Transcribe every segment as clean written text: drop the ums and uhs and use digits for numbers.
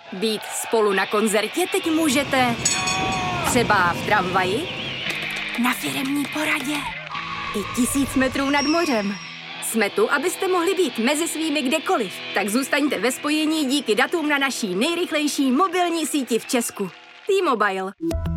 Být spolu na koncertě teď můžete třeba v tramvaji, na firemní poradě i 1000 metrů nad mořem. Jsme tu, abyste mohli být mezi svými kdekoliv. Tak zůstaňte ve spojení díky datům na naší nejrychlejší mobilní síti v Česku. T-Mobile.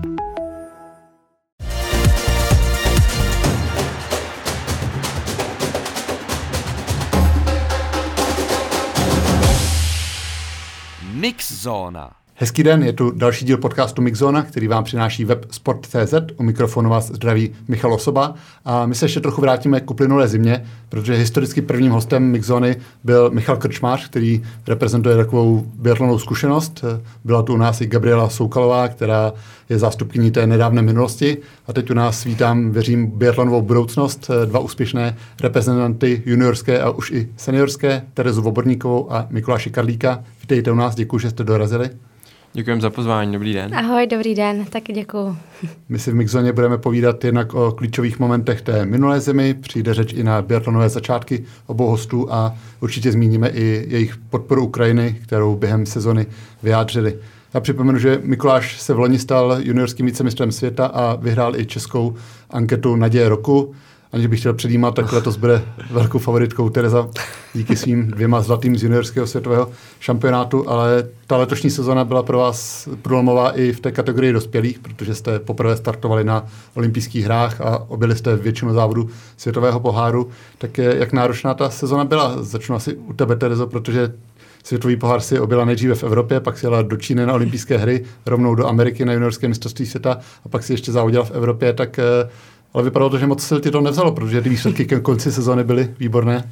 Mixzóna. Hezký den, je tu další díl podcastu Mixzóna, který vám přináší web Sport.cz. U mikrofonu vás zdraví Michal Osoba. A my se ještě trochu vrátíme k uplynulé zimě, protože historicky prvním hostem Mixzóny byl Michal Krčmář, který reprezentuje takovou biatlonovou zkušenost. Byla tu u nás i Gabriela Soukalová, která je zástupkyní té nedávné minulosti. A teď u nás vítám, věřím, biatlonovou budoucnost, dva úspěšné reprezentanty juniorské a už i seniorské, Terezu Voborníkovou a Mikuláše Karlíka. Vítejte u nás, děkuji, že jste dorazili. Děkujeme za pozvání, dobrý den. Ahoj, dobrý den, taky děkuju. My si v Mixzóně budeme povídat jednak o klíčových momentech té minulé zimy, přijde řeč i na biatlonové začátky obou hostů a určitě zmíníme i jejich podporu Ukrajiny, kterou během sezony vyjádřili. Já připomenu, že Mikuláš se v loni stal juniorským vicemistrem světa a vyhrál i českou anketu Naděje roku. Aniž bych chtěl předjímat, tak letos bude velkou favoritkou Tereza díky svým 2 zlatým z juniorského světového šampionátu, ale ta letošní sezona byla pro vás průlomová i v té kategorii dospělých, protože jste poprvé startovali na olympijských hrách a objeli jste většinu závodů světového poháru. Tak jak náročná ta sezona byla? Začnu asi u tebe, Terezo, protože světový pohár si objela nejdříve v Evropě, pak si jela do Číny na olympijské hry, rovnou do Ameriky na juniorské mistrovství světa a pak si ještě závodila v Evropě, tak ale vypadalo to, že moc sil ti to nevzalo, protože ty výsledky ke konci sezóny byly výborné.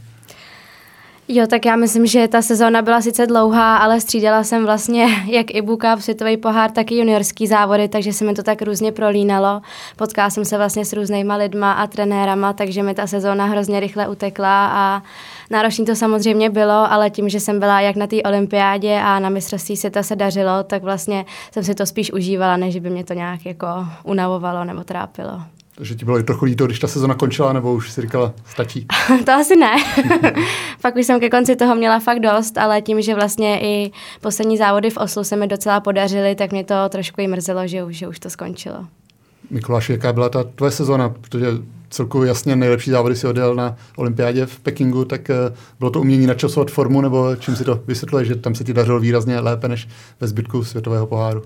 Jo, tak já myslím, že ta sezóna byla sice dlouhá, ale střídala jsem vlastně jak i Cup, světový pohár, tak i juniorský závody, takže se mi to tak různě prolínalo. Potkala jsem se vlastně s různýma lidma a trenérama, takže mi ta sezóna hrozně rychle utekla a náročný to samozřejmě bylo, ale tím, že jsem byla jak na té olympiádě a na mistrovství světa se dařilo, tak vlastně jsem si to spíš užívala, než by mě to nějak jako unavovalo nebo trápilo. Takže ti bylo i trochu líto, když ta sezona končila, nebo už si říkala, stačí? To asi ne. Pak už jsem ke konci toho měla fakt dost, ale tím, že vlastně i poslední závody v Oslu se mi docela podařily, tak mě to trošku i mrzelo, že už to skončilo. Mikuláši, jaká byla ta tvoje sezona? Protože celkově jasně nejlepší závody si odjel na olympiádě v Pekingu, tak bylo to umění načasovat formu, nebo čím si to vysvětluje, že tam se ti dařilo výrazně lépe než ve zbytku světového poháru?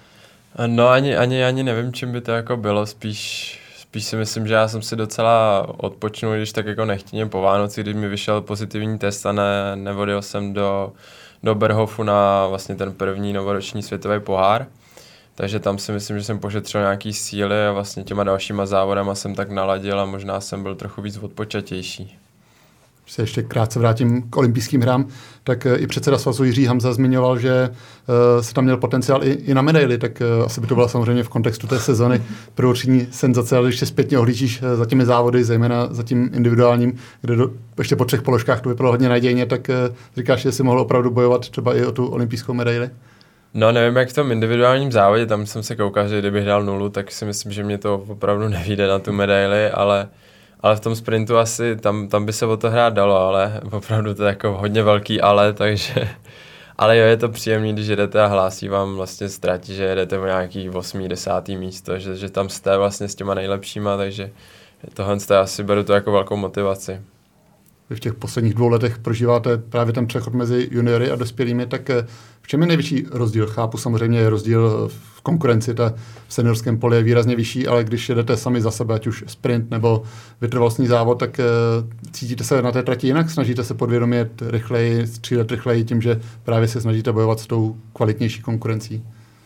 No ani nevím, čím by to jako bylo, spíš si myslím, že já jsem si docela odpočnul, když tak jako nechtěně po Vánoci, když mi vyšel pozitivní test a neodjel jsem do Berghofu na vlastně ten první novoroční světový pohár. Takže tam si myslím, že jsem pošetřil nějaký síly a vlastně těma dalšíma závodama jsem tak naladil a možná jsem byl trochu víc odpočatější. Když se ještě krátce vrátím k olympijským hrám, tak i předseda svazu Jiří Hamza zmiňoval, že se tam měl potenciál i na medaili, tak asi by to byla samozřejmě v kontextu té sezony prvoroční senzace, ale když se zpětně ohlížíš za těmi závody, zejména za tím individuálním, kde ještě po 3 položkách to vypadalo hodně nadějně, tak říkáš, že jsi mohl opravdu bojovat třeba i o tu olympijskou medaili? No nevím, jak v tom individuálním závodě, tam jsem se koukal, že kdybych dal 0, tak si myslím, že mě to opravdu nevyjde na tu medaili, ale v tom sprintu asi tam by se o to hrát dalo, ale opravdu to je jako hodně velký takže... Ale jo, je to příjemný, když jedete a hlásí vám vlastně ztratí, že jedete o nějaký 8., 10. místo, že tam jste vlastně s těma nejlepšíma, takže tohle asi beru to jako velkou motivaci. Vy v těch posledních 2 letech prožíváte právě ten přechod mezi juniory a dospělými, tak v čem je největší rozdíl? Chápu, samozřejmě je rozdíl v konkurenci, ta v seniorském poli je výrazně vyšší, ale když jedete sami za sebe, ať už sprint nebo vytrvalostní závod, tak cítíte se na té trati jinak? Snažíte se podvědomě rychleji, střílet rychleji tím, že právě se snažíte bojovat s tou kvalitnější konkurencí?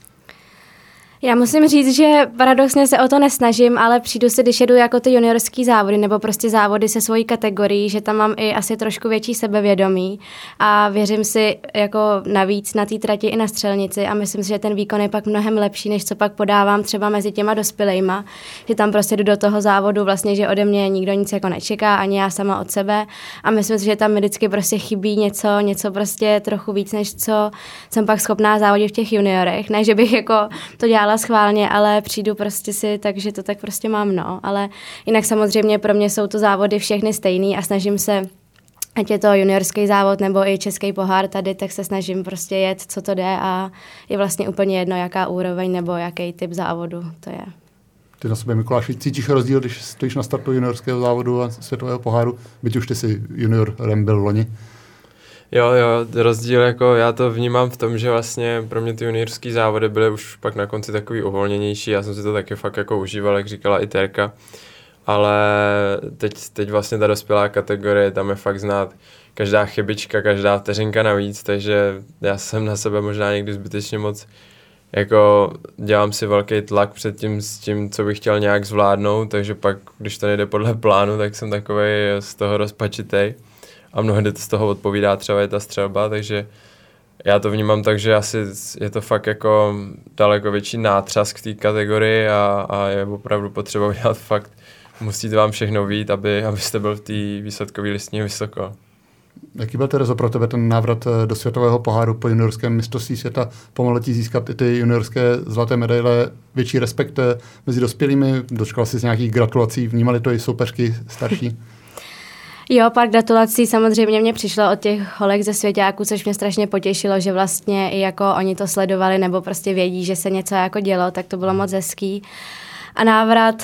Já musím říct, že paradoxně se o to nesnažím, ale přijdu si, když jedu jako ty juniorský závody nebo prostě závody se svojí kategorií, že tam mám i asi trošku větší sebevědomí a věřím si jako navíc na té trati i na střelnici a myslím si, že ten výkon je pak mnohem lepší, než co pak podávám třeba mezi těma dospělejma, že tam prostě jdu do toho závodu vlastně, že ode mě nikdo nic jako nečeká, ani já sama od sebe a myslím si, že tam mi vždycky prostě chybí něco prostě trochu víc, než co jsem pak schopná závodit v těch juniorech, ne, že bych jako to dělala schválně, ale přijdu prostě si, takže to tak prostě mám, no. Ale jinak samozřejmě pro mě jsou to závody všechny stejný a snažím se ať je to juniorský závod nebo i český pohár tady, tak se snažím prostě jet, co to jde a je vlastně úplně jedno, jaká úroveň nebo jaký typ závodu to je. Ty na sobě, Mikuláši, cítíš rozdíl, když stojíš na startu juniorského závodu a světového poháru, byť už ty si juniorem byl loni? Jo, rozdíl, jako já to vnímám v tom, že vlastně pro mě ty juniorský závody byly už pak na konci takový uvolněnější, já jsem si to taky fakt jako užíval, jak říkala i Terka, ale teď vlastně ta dospělá kategorie, tam je fakt znát každá chybička, každá vteřinka navíc, takže já jsem na sebe možná někdy zbytečně moc jako dělám si velký tlak před tím, s tím, co bych chtěl nějak zvládnout, takže pak, když to nejde podle plánu, tak jsem takovej z toho rozpačitej a mnohdy z toho odpovídá třeba i ta střelba, takže já to vnímám tak, že asi je to fakt jako daleko větší nátřask v té kategorii a je opravdu potřeba udělat fakt, musíte vám všechno vyjít, abyste byl v té výsledkové listině vysoko. Jaký byl tedy pro tebe ten návrat do světového poháru po juniorském mistrovství světa? Pomohlo ti získat i ty juniorské zlaté medaile, větší respekt mezi dospělými? Dočkala jsi z nějakých gratulací? Vnímali to i soupeřky starší? Jo, pár gratulací samozřejmě mě přišlo od těch holek ze svěťáků, což mě strašně potěšilo, že vlastně i jako oni to sledovali nebo prostě vědí, že se něco jako dělo, tak to bylo moc hezký. A návrat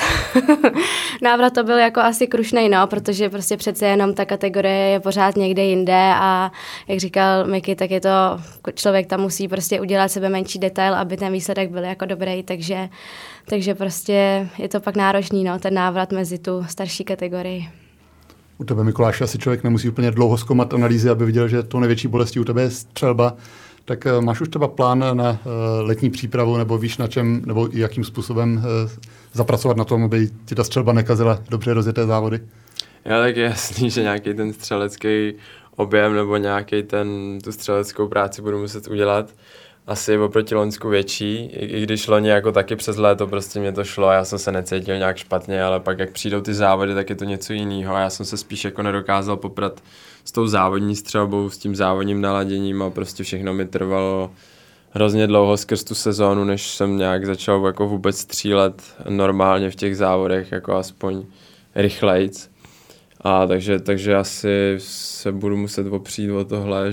to byl jako asi krušnej, no, protože prostě přece jenom ta kategorie je pořád někde jinde a jak říkal Miky, tak je to, člověk tam musí prostě udělat sebe menší detail, aby ten výsledek byl jako dobrý, takže prostě je to pak náročný, no, ten návrat mezi tu starší kategorii. U tebe, Mikuláši, asi člověk nemusí úplně dlouho zkoumat analýzy, aby viděl, že tou největší bolestí u tebe je střelba. Tak máš už třeba plán na letní přípravu, nebo víš na čem, nebo jakým způsobem zapracovat na tom, aby ti ta střelba nekazila dobře rozjeté závody? Já tak je jasný, že nějaký ten střelecký objem nebo nějaký tu střeleckou práci budu muset udělat. Asi oproti loňsku větší, i když loni jako taky přes léto prostě mě to šlo a já jsem se necítil nějak špatně, ale pak jak přijdou ty závody, tak je to něco jiného a já jsem se spíš jako nedokázal poprat s tou závodní střelbou, s tím závodním naladěním a prostě všechno mi trvalo hrozně dlouho skrz tu sezónu, než jsem nějak začal jako vůbec střílet normálně v těch závodech, jako aspoň rychlejc. A takže asi se budu muset opřít o tohle,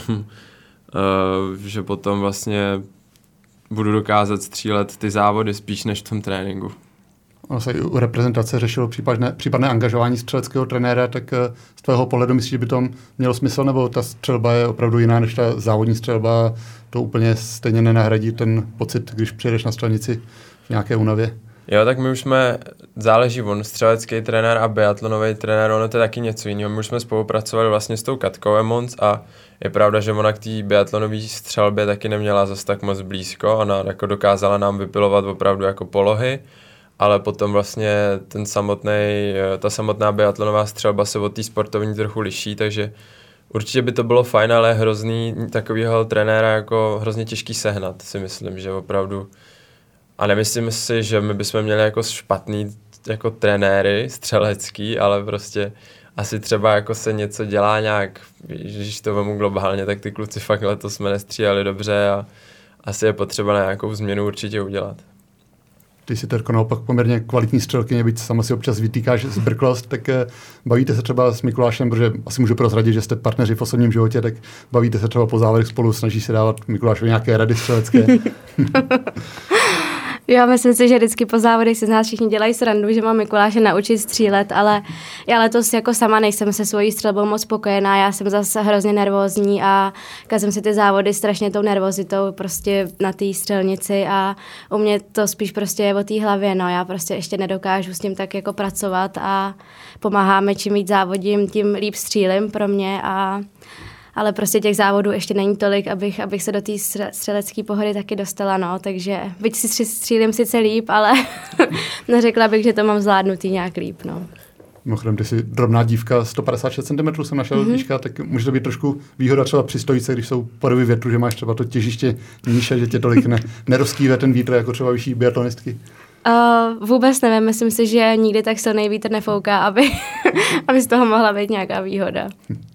že potom vlastně budu dokázat střílet ty závody spíš než v tom tréninku. Ono se i u reprezentace řešilo případné angažování střeleckého trenéra, tak z tvého pohledu myslíš, že by to mělo smysl, nebo ta střelba je opravdu jiná než ta závodní střelba, to úplně stejně nenahradí ten pocit, když přijedeš na střelnici v nějaké únavě? Jo, tak my už záleží on, střelecký trenér a biatlonový trenér, ono to je taky něco jiného. My už jsme spolupracovali vlastně s tou Katkou Emons a je pravda, že ona k té biatlonové střelbě taky neměla zas tak moc blízko, ona jako dokázala nám vypilovat opravdu jako polohy, ale potom vlastně ta samotná biatlonová střelba se od té sportovní trochu liší, takže určitě by to bylo fajn, ale hrozný takovýho trenéra jako hrozně těžký sehnat, si myslím, že opravdu. A nemyslím si, že my bychom měli jako špatný jako trenéry střelecký, ale prostě asi třeba jako se něco dělá nějak, když to vemu globálně, tak ty kluci fakt letos jsme nestříleli dobře a asi je potřeba na nějakou změnu určitě udělat. Ty si Terko naopak poměrně kvalitní střelkyně, byť sama si občas vytýkáš zbrklost, tak bavíte se třeba s Mikulášem, protože asi můžu prozradit, že jste partneři v osobním životě, tak bavíte se třeba po závodech spolu, snaží se dávat Mikulášovi nějaké rady střelecké. Jo, myslím si, že vždycky po závodech si z nás všichni dělají srandu, že mám Mikuláše naučit střílet, ale já letos jako sama nejsem se svojí střelbou moc spokojená, já jsem zase hrozně nervózní a kazím si ty závody strašně tou nervozitou prostě na té střelnici a u mě to spíš prostě je o té hlavě, no, já prostě ještě nedokážu s tím tak jako pracovat a pomáháme, čím víc závodím, tím líp střílim pro mě ale prostě těch závodů ještě není tolik, abych se do té střelecké pohody taky dostala, no, takže byť si střílím sice líp, ale neřekla bych, že to mám zvládnutý nějak líp, no. Mimochodem, ty jsi drobná dívka, 156 cm jsem našel výška, tak může to být trošku výhoda třeba při stojice, když jsou porivy větru, že máš třeba to těžiště níže, že tě tolik nerozkýve ten vítr jako třeba vyšší biatlonistky. Vůbec nevím, myslím si, že nikdy tak silný vítr nefouká, aby z toho mohla být nějaká výhoda.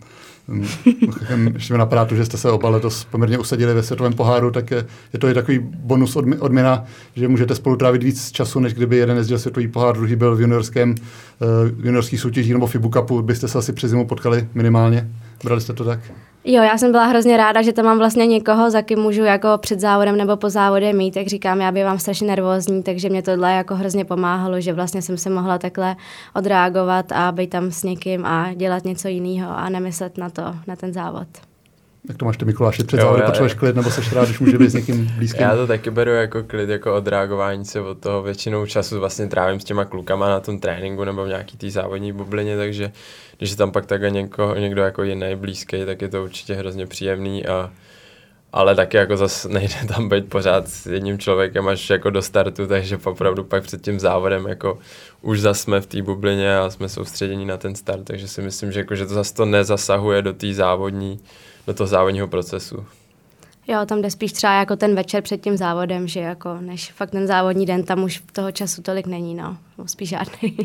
Ještě mi napadá to, že jste se oba letos poměrně usadili ve světovém poháru, tak je to i takový bonus odměna, že můžete spolu trávit víc času, než kdyby jeden jezdil světový pohár, druhý byl v juniorských soutěžích nebo FIBU Cupu, byste se asi přes zimu potkali minimálně. Brali jste to tak? Jo, já jsem byla hrozně ráda, že tam mám vlastně někoho, za kým můžu jako před závodem nebo po závodě mít, jak říkám, já bývám strašně nervózní, takže mě tohle jako hrozně pomáhalo, že vlastně jsem se mohla takhle odreagovat a být tam s někým a dělat něco jiného a nemyslet na ten závod. Jak to máš ty, Mikuláši, před závodem potřebuješ klid, nebo seš rád, když může být s někým blízkým? Já to taky beru jako klid, jako odreagování se od toho. Většinou času vlastně trávím s těma klukama na tom tréninku nebo v nějaký té závodní bublině, takže když je tam pak takhle někdo jako jiný blízký, tak je to určitě hrozně příjemný ale taky jako zase nejde tam být pořád s jedním člověkem až jako do startu, takže opravdu pak před tím závodem jako už zase jsme v té bublině a jsme soustředění na ten start, takže si myslím, že to zase to nezasahuje do toho závodního procesu. Jo, tam jde spíš třeba jako ten večer před tím závodem, že jako než fakt ten závodní den, tam už toho času tolik není, no, spíš žádný.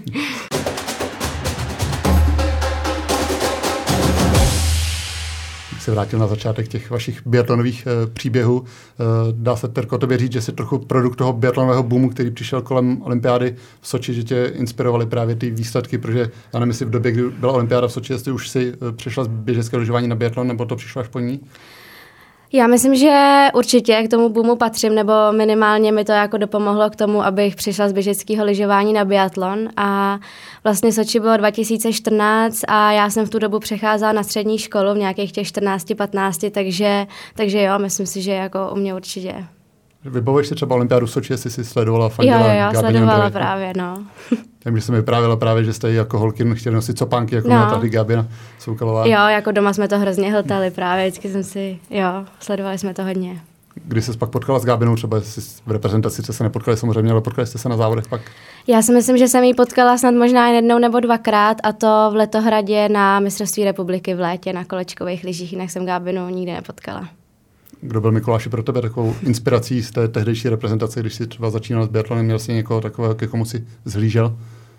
Se vrátil na začátek těch vašich biatlonových příběhů. Dá se, Terko, tobě říct, že jsi trochu produkt toho biatlonového boomu, který přišel kolem olympiády v Soči, že tě inspirovaly právě ty výsledky, protože já nevím, jestli v době, kdy byla olympiáda v Soči, jestli už si přešla z běžeckého lyžování na biatlon, nebo to přišlo až po ní? Já myslím, že určitě k tomu boomu patřím, nebo minimálně mi to jako dopomohlo k tomu, abych přišla z běžeckého lyžování na biatlon a vlastně Soči bylo 2014 a já jsem v tu dobu přecházela na střední školu v nějakých těch 14-15, takže jo, myslím si, že jako u mě určitě. Vybavuješ si třeba olympiádu v Soči, jestli jsi sledovala, fandila? Jo, sledovala právě, no. Takže jsem vyprávěla právě, že jste jako holky chtěli nosit copánky, jako měla tady Gabina Soukalová. Jo, jako doma jsme to hrozně hltali právě, vždycky sledovali jsme to hodně. Kdy jsi pak potkala s Gabinou, třeba v reprezentaci jste se nepotkali samozřejmě, ale potkali jste se na závodech pak? Já si myslím, že jsem ji potkala snad možná jednou nebo dvakrát a to v Letohradě na mistrovství republiky v létě na kolečkových lyžích, jinak jsem Gabinu nikdy nepotkala. Kdo byl, Mikuláši, pro tebe takovou inspirací z té tehdejší reprezentace, když jsi třeba začínal s biatlonem, měl jsi někoho takového, ke komu si zhlížel?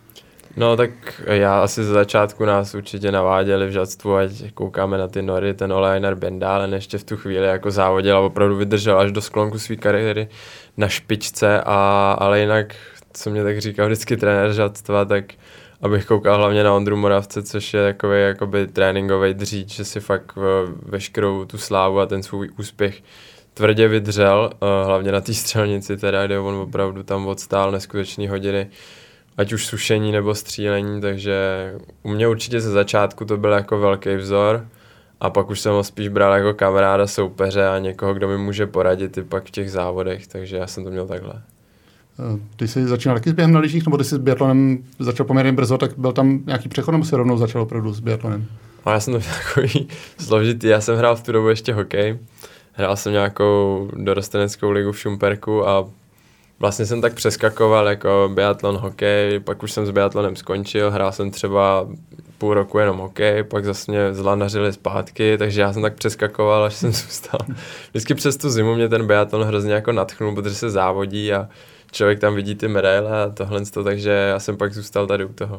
No tak já asi ze začátku nás určitě naváděli v žadstvu, ať koukáme na ty nory, ten Ole Einar Bendalen ještě v tu chvíli jako závodil a opravdu vydržel až do sklonku své kariéry na špičce, ale jinak, co mě tak říkal vždycky trenér žadstva, tak abych koukal hlavně na Ondru Moravce, což je takový jakoby tréninkový dříč, že si fakt veškerou tu slávu a ten svůj úspěch tvrdě vydřel, hlavně na té střelnici teda, kde on opravdu tam odstál neskutečný hodiny, ať už sušení nebo střílení, takže u mě určitě ze začátku to byl jako velký vzor a pak už jsem ho spíš bral jako kamaráda, soupeře a někoho, kdo mi může poradit i pak v těch závodech, takže já jsem to měl takhle. Ty jsi začínal taky s během na lyžích, nebo ty jsi s biatlonem začal poměrně brzo, tak byl tam nějaký přechod, nebo si rovnou začal opravdu s biatlonem? A já jsem to takový složitý, já jsem hrál v tu dobu ještě hokej, hrál jsem nějakou dorosteneckou ligu v Šumperku a vlastně jsem tak přeskakoval jako biatlon, hokej, pak už jsem s biatlonem skončil, hrál jsem třeba půl roku jenom hokej, pak zase mě zlanařili zpátky, takže já jsem tak přeskakoval, až jsem zůstal. Vždycky přes tu zimu mě ten biatlon hrozně jako nadchnul, protože se závodí a člověk tam vidí ty medaile a tohle, takže já jsem pak zůstal tady u toho.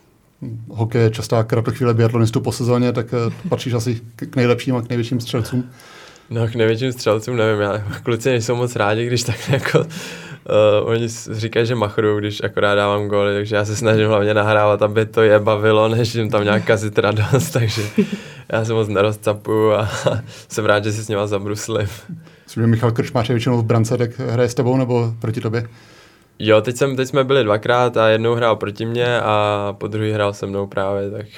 Hokej je častá kratochvíle biatlonistů po sezóně, tak patříš asi k nejlepším a k největším střelcům. No, k největším střelcům nevím, kluci nejsou moc rádi, když tak jako oni říkají, že machruju, když akorát dávám góly, takže já se snažím hlavně nahrávat, aby to je bavilo, než jim tam nějak kazit radost, takže já se moc nerozcapuju a jsem rád, že si s nima zabruslím. Myslím, že Michal Krčmář je většinou v brance, tak hraje s tebou nebo proti tobě? Jo, teď jsme byli dvakrát a jednou hrál proti mně a po druhý hrál se mnou právě, tak...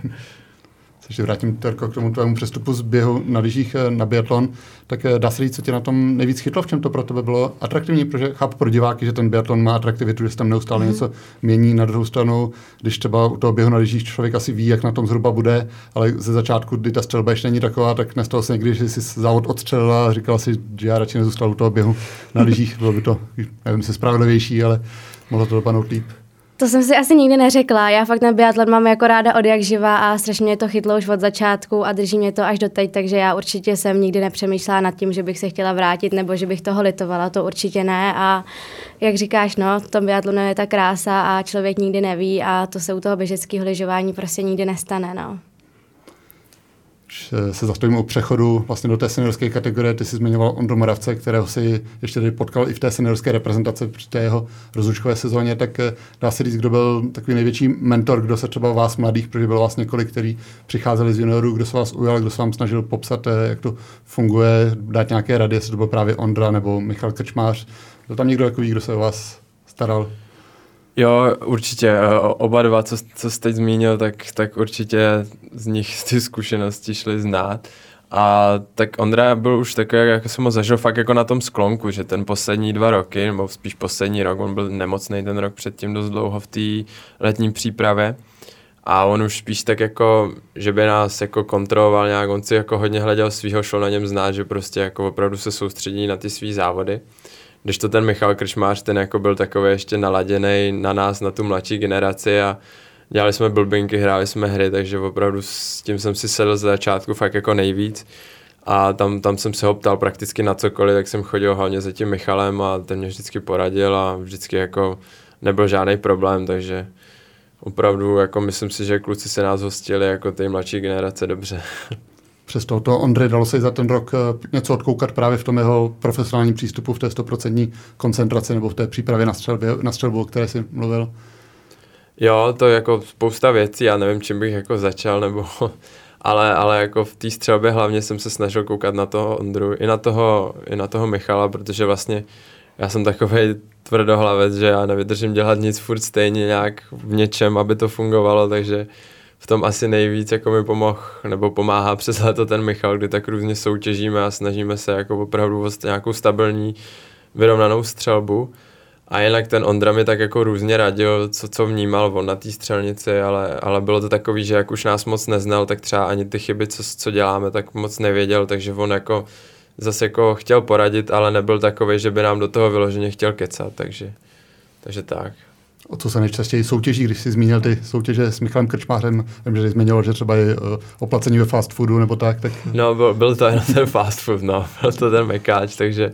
Když vrátím, Terko, k tomu tvému přestupu z běhu na lyžích na biatlon, tak dá se říct, co tě na tom nejvíc chytlo, v čem to pro tebe bylo atraktivní, protože chápu pro diváky, že ten biatlon má atraktivitu, že se tam neustále něco mění. Na druhou stranu, když třeba u toho běhu na lyžích člověk asi ví, jak na tom zhruba bude, ale ze začátku, kdy ta střelba ještě není taková, tak nestalo se někdy, že jsi závod odstřelila a říkala si, že já radši nezůstal u toho běhu na lyžích, bylo by to, nevím, se spravedlivější, ale mohlo to dopadnout líp. To jsem si asi nikdy neřekla. Já fakt na biatlon mám jako ráda od jak živa a strašně mě to chytlo už od začátku a drží mě to až do teď, takže já určitě jsem nikdy nepřemýšlela nad tím, že bych se chtěla vrátit nebo že bych toho litovala, to určitě ne a jak říkáš, no, v tom biatlonu je ta krása a člověk nikdy neví a to se u toho běžeckého lyžování prostě nikdy nestane, no. se zastavíme u přechodu vlastně do té seniorské kategorie. Ty jsi zmiňoval Ondru Moravce, kterého si ještě tady potkal i v té seniorské reprezentaci při té jeho rozlučkové sezóně, tak dá se říct, kdo byl takový největší mentor, kdo se třeba vás mladých, protože bylo vás několik, kteří přicházeli z juniorů, kdo se vás ujal, kdo se vám snažil popsat, jak to funguje, dát nějaké rady, jestli to byl právě Ondra nebo Michal Krčmář. Byl tam někdo takový, kdo se o vás staral? Jo, určitě. Oba dva, co jsi teď zmínil, tak určitě z nich ty zkušenosti šly znát. A tak Ondra byl už takový, jako jsem ho zažil fakt jako na tom sklonku, že ten poslední 2 roky, nebo spíš poslední rok, on byl nemocný ten rok předtím dost dlouho v té letní přípravě. A on už spíš tak jako, že by nás jako kontroloval nějak, on si jako hodně hleděl svýho, šlo na něm znát, že prostě jako opravdu se soustředí na ty svý závody. Když to ten Michal Krčmář, ten jako byl takový ještě naladěnej na nás, na tu mladší generaci a dělali jsme blbinky, hráli jsme hry, takže opravdu s tím jsem si sedl z začátku fakt jako nejvíc a tam jsem se ho ptal prakticky na cokoliv, tak jsem chodil hlavně za tím Michalem a ten mě vždycky poradil a vždycky jako nebyl žádný problém, takže opravdu jako myslím si, že kluci se nás hostili jako té mladší generace dobře. Přes tohoto Ondry dalo se za ten rok něco odkoukat právě v tom jeho profesionálním přístupu, v té 100% koncentraci nebo v té přípravě na střelbu, o které jsi mluvil? Jo, to jako spousta věcí, já nevím, čím bych jako začal, nebo, ale jako v té střelbě hlavně jsem se snažil koukat na toho Ondru, i na toho Michala, protože vlastně já jsem takovej tvrdohlavec, že já nevydržím dělat nic furt stejně nějak v něčem, aby to fungovalo, takže v tom asi nejvíc jako mi pomáhá přes léto ten Michal, kdy tak různě soutěžíme a snažíme se jako opravdu o nějakou stabilní, vyrovnanou střelbu. A jinak ten Ondra mi tak jako různě radil, co vnímal on na té střelnici, ale bylo to takový, že jak už nás moc neznal, tak třeba ani ty chyby, co děláme, tak moc nevěděl, takže on jako zase jako chtěl poradit, ale nebyl takový, že by nám do toho vyloženě chtěl kecat, takže tak. O co se nejčastěji soutěží, když jsi zmínil ty soutěže s Michalem Krčmářem, vím, že jsi zmínil, že třeba i oplacení ve fast foodu nebo tak. No, byl to jenom ten fast food, no, byl to ten mekáč, takže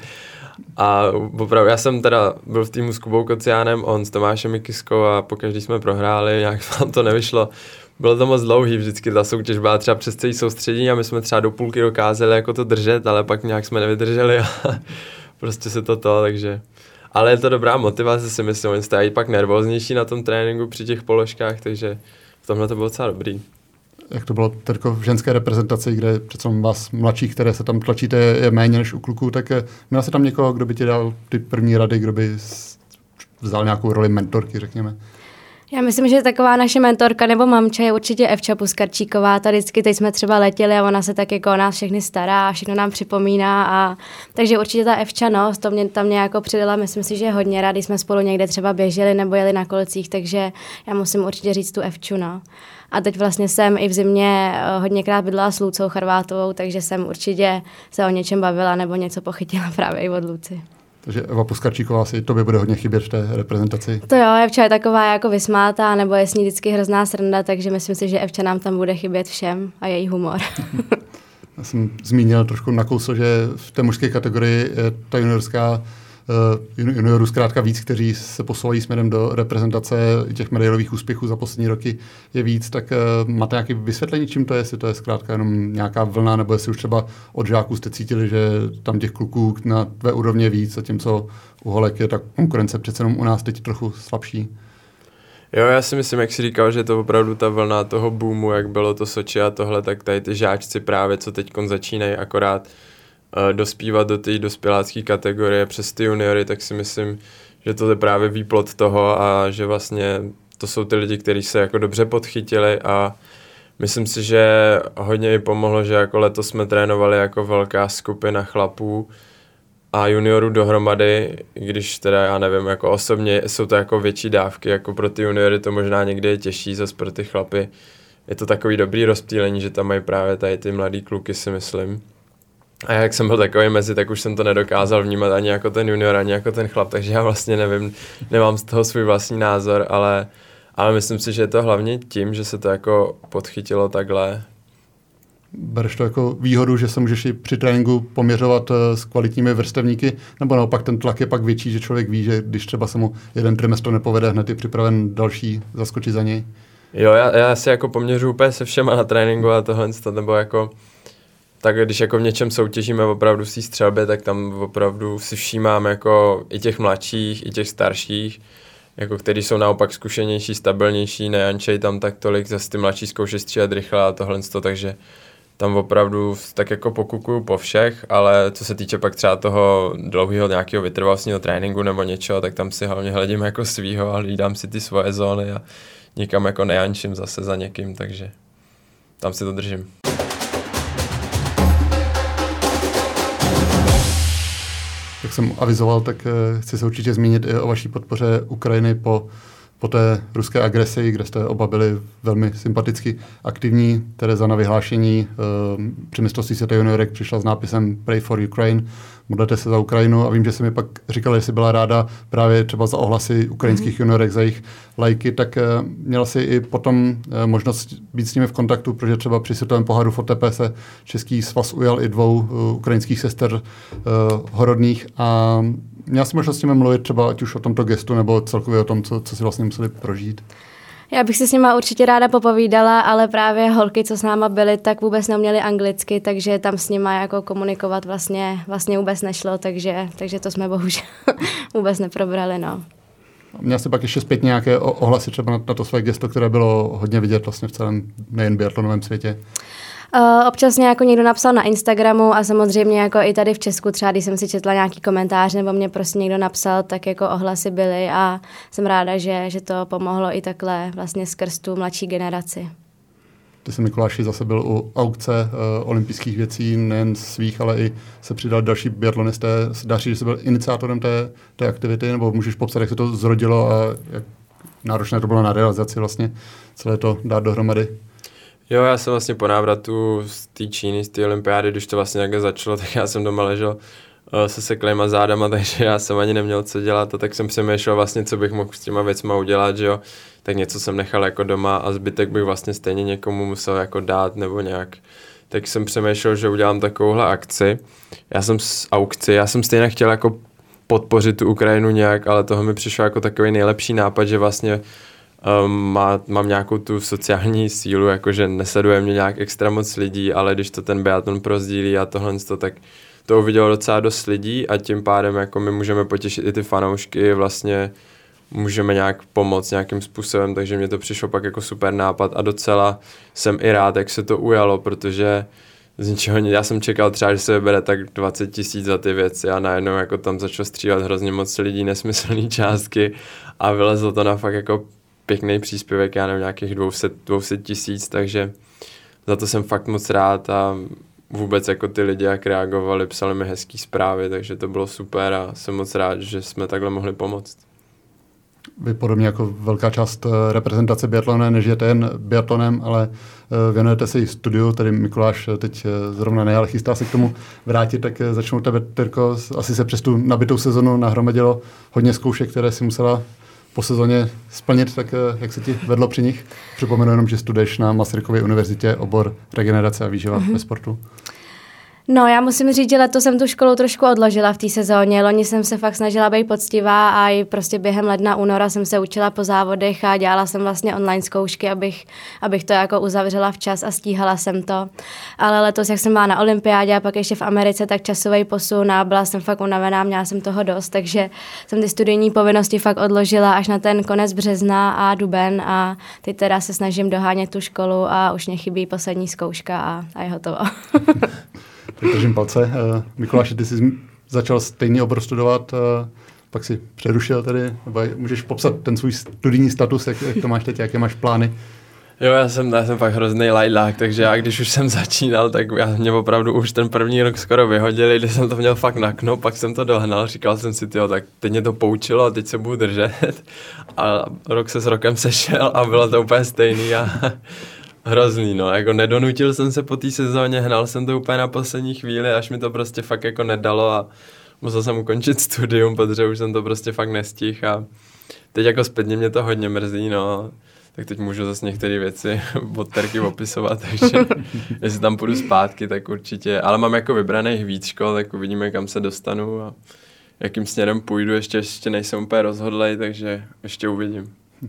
a opravdu, já jsem teda byl v týmu s Kubou Kociánem, on s Tomášem Mikiskou a pokaždý jsme prohráli, nějak nám to nevyšlo. Bylo to moc dlouhý, vždycky ta soutěž byla třeba přes celý soustředění a my jsme třeba do půlky dokázali jako to držet, ale pak nějak jsme nevydrželi a prostě se to, takže... Ale je to dobrá motivace, si myslím, oni jste pak nervóznější na tom tréninku při těch položkách, takže v tomhle to bylo docela dobrý. Jak to bylo tedy v ženské reprezentaci, kde přece vás mladších, které se tam tlačíte, je méně než u kluků, tak měla se tam někoho, kdo by ti dal ty první rady, kdo by vzal nějakou roli mentorky, řekněme? Já myslím, že taková naše mentorka nebo mamča je určitě Evča Puskarčíková. Ta vždycky, teď jsme třeba letěli a ona se tak jako o nás všechny stará a všechno nám připomíná. Takže určitě ta Evča, no, tam mě jako přidala, myslím si, že hodně rád, když jsme spolu někde třeba běželi nebo jeli na kolcích, takže já musím určitě říct tu Evču, no. A teď vlastně jsem i v zimě hodněkrát bydlela s Lucou Charvátovou, takže jsem určitě se o něčem bavila nebo něco pochytila právě i od Luci. Takže Eva Puskarčíková asi tobě bude hodně chybět v té reprezentaci. To jo, Evča je taková jako vysmátá, nebo je s ní vždycky hrozná sranda, takže myslím si, že Evča nám tam bude chybět všem a její humor. Já jsem zmínil trošku nakousl, že v té mužské kategorii je ta juniorů zkrátka víc, kteří se posouvají směrem do reprezentace, těch medailových úspěchů za poslední roky je víc, tak máte nějaké vysvětlení, čím to je, jestli to je zkrátka jenom nějaká vlna, nebo jestli už třeba od žáků jste cítili, že tam těch kluků na tvé úrovně víc, zatímco u holek je ta konkurence přece jenom u nás teď trochu slabší. Jo, já si myslím, jak jsi říkal, že to opravdu ta vlna toho boomu, jak bylo to Soči a tohle, tak tady ty žáčci právě, co teďkon začínají akorát dospívat do té dospělácké kategorie přes ty juniory, tak si myslím, že to je právě výplod toho a že vlastně to jsou ty lidi, kteří se jako dobře podchytili a myslím si, že hodně i pomohlo, že jako letos jsme trénovali jako velká skupina chlapů a juniorů dohromady, i když teda já nevím, jako osobně jsou to jako větší dávky, jako pro ty juniory to možná někdy je těžší, zase pro ty chlapy je to takový dobrý rozptýlení, že tam mají právě tady ty mladý kluky, si myslím. A jak jsem byl takový mezi, tak už jsem to nedokázal vnímat ani jako ten junior, ani jako ten chlap, takže já vlastně nevím, nemám z toho svůj vlastní názor, ale myslím si, že je to hlavně tím, že se to jako podchytilo takhle. Bereš to jako výhodu, že se můžeš i při tréninku poměřovat s kvalitními vrstevníky, nebo naopak ten tlak je pak větší, že člověk ví, že když třeba se mu jeden trimestr nepovede, hned je připraven další zaskočit za něj? Jo, já si jako poměřuji úplně se všema na tréninku a tohle, nebo jako tak když jako v něčem soutěžíme opravdu v té střelbě, tak tam opravdu si všímám jako i těch mladších, i těch starších, jako kteří jsou naopak zkušenější, stabilnější, nejančej tam tak tolik, zase ty mladší zkoušejí střílet rychle a tohle, takže tam opravdu tak jako pokukuju po všech, ale co se týče pak třeba toho dlouhého nějakého vytrvalostního tréninku nebo něčeho, tak tam si hlavně hledím jako svýho a hlídám si ty svoje zóny a nikam jako nejančím zase za někým, takže tam si to držím. Jak jsem avizoval, tak chci se určitě zmínit i o vaší podpoře Ukrajiny po té ruské agresi, kde jste oba byli velmi sympaticky aktivní. Tereza na vyhlášení při mistrovství světa juniorek přišla s nápisem Pray for Ukraine, modlete se za Ukrajinu, a vím, že jsi mi pak říkala, že jsi byla ráda právě třeba za ohlasy ukrajinských juniorek, za jejich lajky, tak měla jsi i potom možnost být s nimi v kontaktu, protože třeba při světovém poháru v OTP se Český svaz ujal i 2 ukrajinských sester horodných a měla jsi možnost s nimi mluvit třeba ať už o tomto gestu nebo celkově o tom, co si vlastně museli prožít? Já bych si s nima určitě ráda popovídala, ale právě holky, co s náma byly, tak vůbec neuměly anglicky, takže tam s nima jako komunikovat vlastně vůbec nešlo, takže to jsme bohužel vůbec neprobrali, no. Měla jsi pak ještě zpět nějaké ohlasy třeba na to své gesto, které bylo hodně vidět vlastně v celém nejen biatlonovém světě? Občas mě jako někdo napsal na Instagramu a samozřejmě jako i tady v Česku třeba, když jsem si četla nějaký komentář nebo mě prostě někdo napsal, tak jako ohlasy byly a jsem ráda, že to pomohlo i takhle vlastně skrz tu mladší generaci. Ty jsi, Mikuláši, zase byl u aukce olympijských věcí, nejen svých, ale i se přidal další biatlonisté. Dá se, že jsi byl iniciátorem té aktivity, nebo můžeš popsat, jak se to zrodilo a jak náročné to bylo na realizaci vlastně celé to dát dohromady? Jo, já jsem vlastně po návratu z té Číny, z té olympiády, když to vlastně nějak začalo, tak já jsem doma ležel se seklejma zádama, takže já jsem ani neměl co dělat a tak jsem přemýšlel vlastně, co bych mohl s těma věcma udělat, že jo. Tak něco jsem nechal jako doma a zbytek bych vlastně stejně někomu musel jako dát nebo nějak. Tak jsem přemýšlel, že udělám takovouhle akci. Já jsem stejně chtěl jako podpořit tu Ukrajinu nějak, ale toho mi přišlo jako takový nejlepší nápad, že vlastně mám nějakou tu sociální sílu, jakože nesleduje mě nějak extra moc lidí, ale když to ten biatlon prozdílí a tohle, tak to uvidělo docela dost lidí a tím pádem jako my můžeme potěšit i ty fanoušky, vlastně můžeme nějak pomoct nějakým způsobem, takže mě to přišlo pak jako super nápad a docela jsem i rád, jak se to ujalo, protože z ničeho, já jsem čekal třeba, že se vybere tak 20 000 za ty věci a najednou jako tam začalo střílet hrozně moc lidí, nesmyslný částky a vylezlo to na fakt jako pěkný příspěvek, já nevím, nějakých 200 000, takže za to jsem fakt moc rád a vůbec jako ty lidi jak reagovali, psali mi hezký zprávy, takže to bylo super a jsem moc rád, že jsme takhle mohli pomoct. Vy podobně jako velká část reprezentace biatlonu nežijete jen biatlonem, ale věnujete se i studiu, tady Mikuláš teď zrovna ne, ale chystá se k tomu vrátit, tak začnu tebe, Terko, asi se přes tu nabitou sezonu nahromadilo hodně zkoušek, které si musela po sezóně splnit, tak jak se ti vedlo při nich? Připomenu jenom, že studuješ na Masarykově univerzitě obor regenerace a výživa ve sportu. No, já musím říct, že letos jsem tu školu trošku odložila v té sezóně. Loni jsem se fakt snažila být poctivá a i prostě během ledna, února jsem se učila po závodech a dělala jsem vlastně online zkoušky, abych to jako uzavřela včas a stíhala jsem to. Ale letos, jak jsem byla na olympiádě a pak ještě v Americe, tak časový posun a byla jsem fakt unavená, měla jsem toho dost, takže jsem ty studijní povinnosti fakt odložila až na ten konec března a duben a teď teda se snažím dohánět tu školu a už mě chybí poslední zkouška a je hotovo. Držím palce. Mikuláši, ty jsi začal stejný obor studovat, pak si přerušil tedy, nebo můžeš popsat ten svůj studijní status, jak to máš teď, jaké máš plány? Jo, já jsem fakt hrozný lajlák, takže já když už jsem začínal, tak mě opravdu už ten první rok skoro vyhodili, když jsem to měl fakt na knop, pak jsem to dohnal, říkal jsem si, tyjo, tak teď mě to poučilo a teď se budu držet a rok se s rokem sešel a bylo to úplně stejný a hrozný, no, jako nedonutil jsem se po té sezóně, hnal jsem to úplně na poslední chvíli, až mi to prostě fakt jako nedalo a musel jsem ukončit studium, protože už jsem to prostě fakt nestihl a teď jako zpětně mě to hodně mrzí, no, tak teď můžu zase některé věci od Terky opisovat, takže jestli tam půjdu zpátky, tak určitě, ale mám jako vybraných víc škol, tak uvidíme, kam se dostanu a jakým směrem půjdu, ještě nejsem úplně rozhodlej, takže ještě uvidím.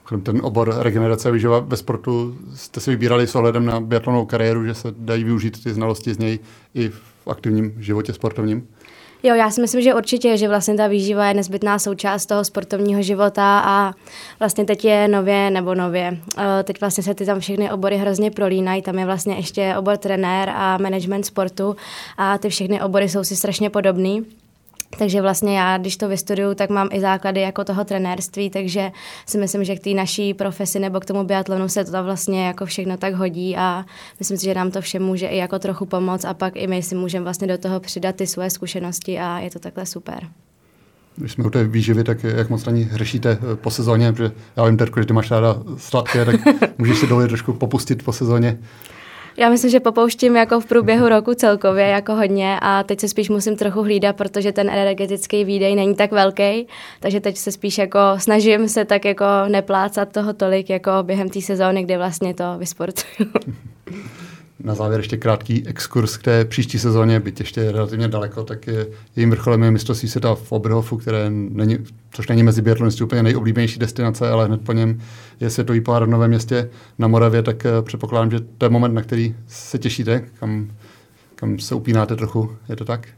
Ten obor regenerace a výživa ve sportu jste si vybírali s ohledem na biatlonovou kariéru, že se dají využít ty znalosti z něj i v aktivním životě sportovním? Jo, já si myslím, že určitě, že vlastně ta výživa je nezbytná součást toho sportovního života a vlastně teď je nově. Teď vlastně se ty tam všechny obory hrozně prolínají, tam je vlastně ještě obor trenér a management sportu a ty všechny obory jsou si strašně podobný. Takže vlastně já, když to vystuduju, tak mám i základy jako toho trenérství, takže si myslím, že k té naší profesi nebo k tomu biatlonu se to tam vlastně jako všechno tak hodí a myslím si, že nám to všem může i jako trochu pomoct a pak i my si můžeme vlastně do toho přidat ty svoje zkušenosti a je to takhle super. Když jsme u té výživy, tak jak moc na ní řešíte po sezóně, protože já vím, Terko, že ty máš ráda sladké, tak můžeš si dovolit trošku popustit po sezóně. Já myslím, že popouštím jako v průběhu roku celkově jako hodně a teď se spíš musím trochu hlídat, protože ten energetický výdej není tak velký, takže teď se spíš jako snažím se tak jako neplácat toho tolik jako během té sezóny, kdy vlastně to vysportuju. Na závěr ještě krátký exkurs k té příští sezóně, byť ještě relativně daleko, tak jejím vrcholem je mistrovství světa v Oberhofu, což není mezi biatlonisty úplně nejoblíbenější destinace, ale hned po něm je světový pohár v Novém Městě na Moravě, tak předpokládám, že to je moment, na který se těšíte, kam se upínáte trochu, je to tak?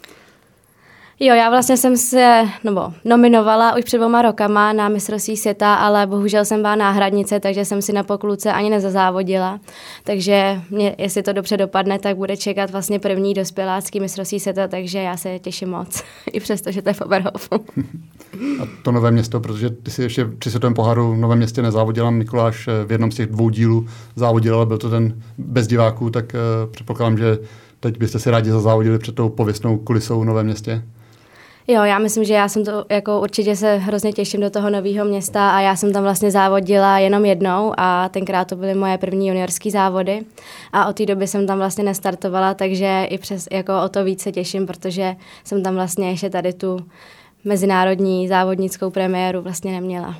Jo, já vlastně jsem se nominovala už před 2 rokama na mistrovství světa, ale bohužel jsem byla náhradnice, takže jsem si na pokluce ani nezazávodila. Takže jestli to dobře dopadne, tak bude čekat vlastně první dospělácký mistrovství světa, takže já se těším moc, i přesto, že to je v Oberhofu. A to Nové Město, protože ty si ještě při světovém poháru v Novém Městě nezávodila, Mikuláš v jednom z těch 2 dílů závodil, ale byl to ten bez diváků, tak předpokládám, že teď byste si rádi zazávodili před tou pověstnou kulisou v Novém Městě. Jo, já myslím, že já jsem to jako určitě se hrozně těším do toho Nového Města a já jsem tam vlastně závodila jenom jednou a tenkrát to byly moje první juniorské závody a od té doby jsem tam vlastně nestartovala, takže i přes jako o to víc se těším, protože jsem tam vlastně ještě tady tu mezinárodní závodnickou premiéru vlastně neměla.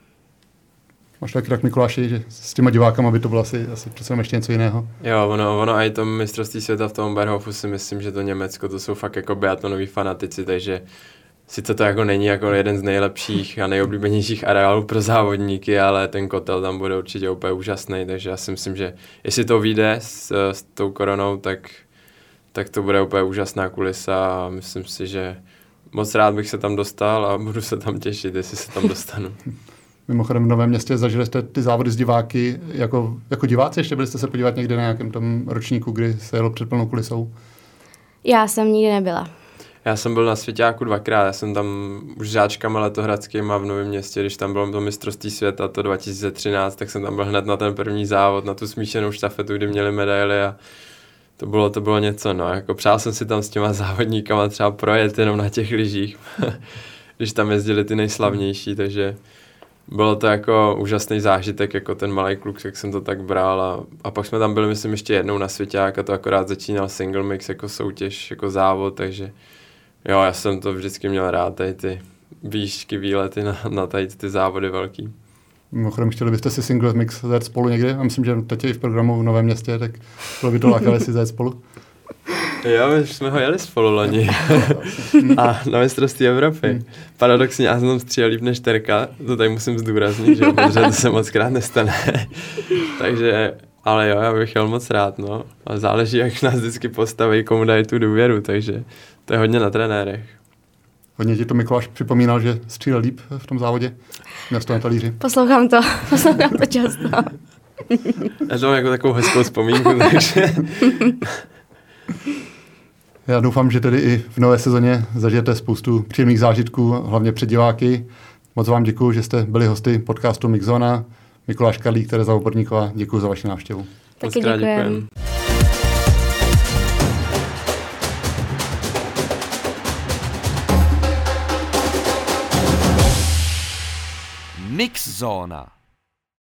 Máš taky tak, Mikuláši, že s těma divákama by to bylo asi přece ještě něco jiného? Jo, ono a i to mistrovství světa v tom Oberhofu si myslím, že to Německo, to jsou fakt jako biatlonoví fanatici, takže sice to jako není jako jeden z nejlepších a nejoblíbenějších areálů pro závodníky, ale ten kotel tam bude určitě úplně úžasný, takže já si myslím, že jestli to vyjde s tou koronou, tak to bude úplně úžasná kulisa a myslím si, že moc rád bych se tam dostal a budu se tam těšit, jestli se tam dostanu. Mimochodem v Novém Městě zažili jste ty závody s diváky jako diváci? Ještě byli jste se podívat někde na nějakém tom ročníku, kdy se jelo před plnou kulisou? Já jsem nikdy nebyla. Já jsem byl na Svěťáku 2krát, já jsem tam už žáčkama letohradskýma v Novém Městě, když tam bylo to mistrovství světa, to 2013, tak jsem tam byl hned na ten první závod, na tu smíšenou štafetu, kdy měli medaily a to bylo něco, no, jako přál jsem si tam s těma závodníkama třeba projet jenom na těch lyžích, když tam jezdili ty nejslavnější, takže bylo to jako úžasný zážitek, jako ten malý kluk, jak jsem to tak bral a pak jsme tam byli, myslím, ještě jednou na Svěťák a to akorát začínal single mix jako soutěž, jako závod, takže jo, já jsem to vždycky měl rád, tady ty výšky, výlety na tady ty závody velký. Mimochodem, chtěli byste si single mix zajet spolu někdy? A myslím, že teď je i v programu v Novém Městě, tak bylo by to lákavé si zajet spolu. Jo, my jsme ho jeli spolu loni a na mistrovství Evropy. Paradoxně já jsem tam střílel líp než Terka, to tady musím zdůraznit, že protože to se moc krát nestane. Takže, ale jo, já bych jel moc rád, no. A záleží, jak nás vždycky postaví, komu dají tu důvěru, takže to je hodně na trenérech. Hodně ti to Mikuláš připomínal, že střílel líp v tom závodě? Měl jsi to na talíři? Poslouchám to často. Já to mám jako takovou hezkou vzpomínku, takže... Já doufám, že tedy i v nové sezóně zažijete spoustu příjemných zážitků, hlavně před diváky. Moc vám děkuji, že jste byli hosty podcastu Mixzona. Mikuláš Karlík, Tereza Oborníková, děkuji za vaši návštěvu. Taky děkujeme. Mixzona.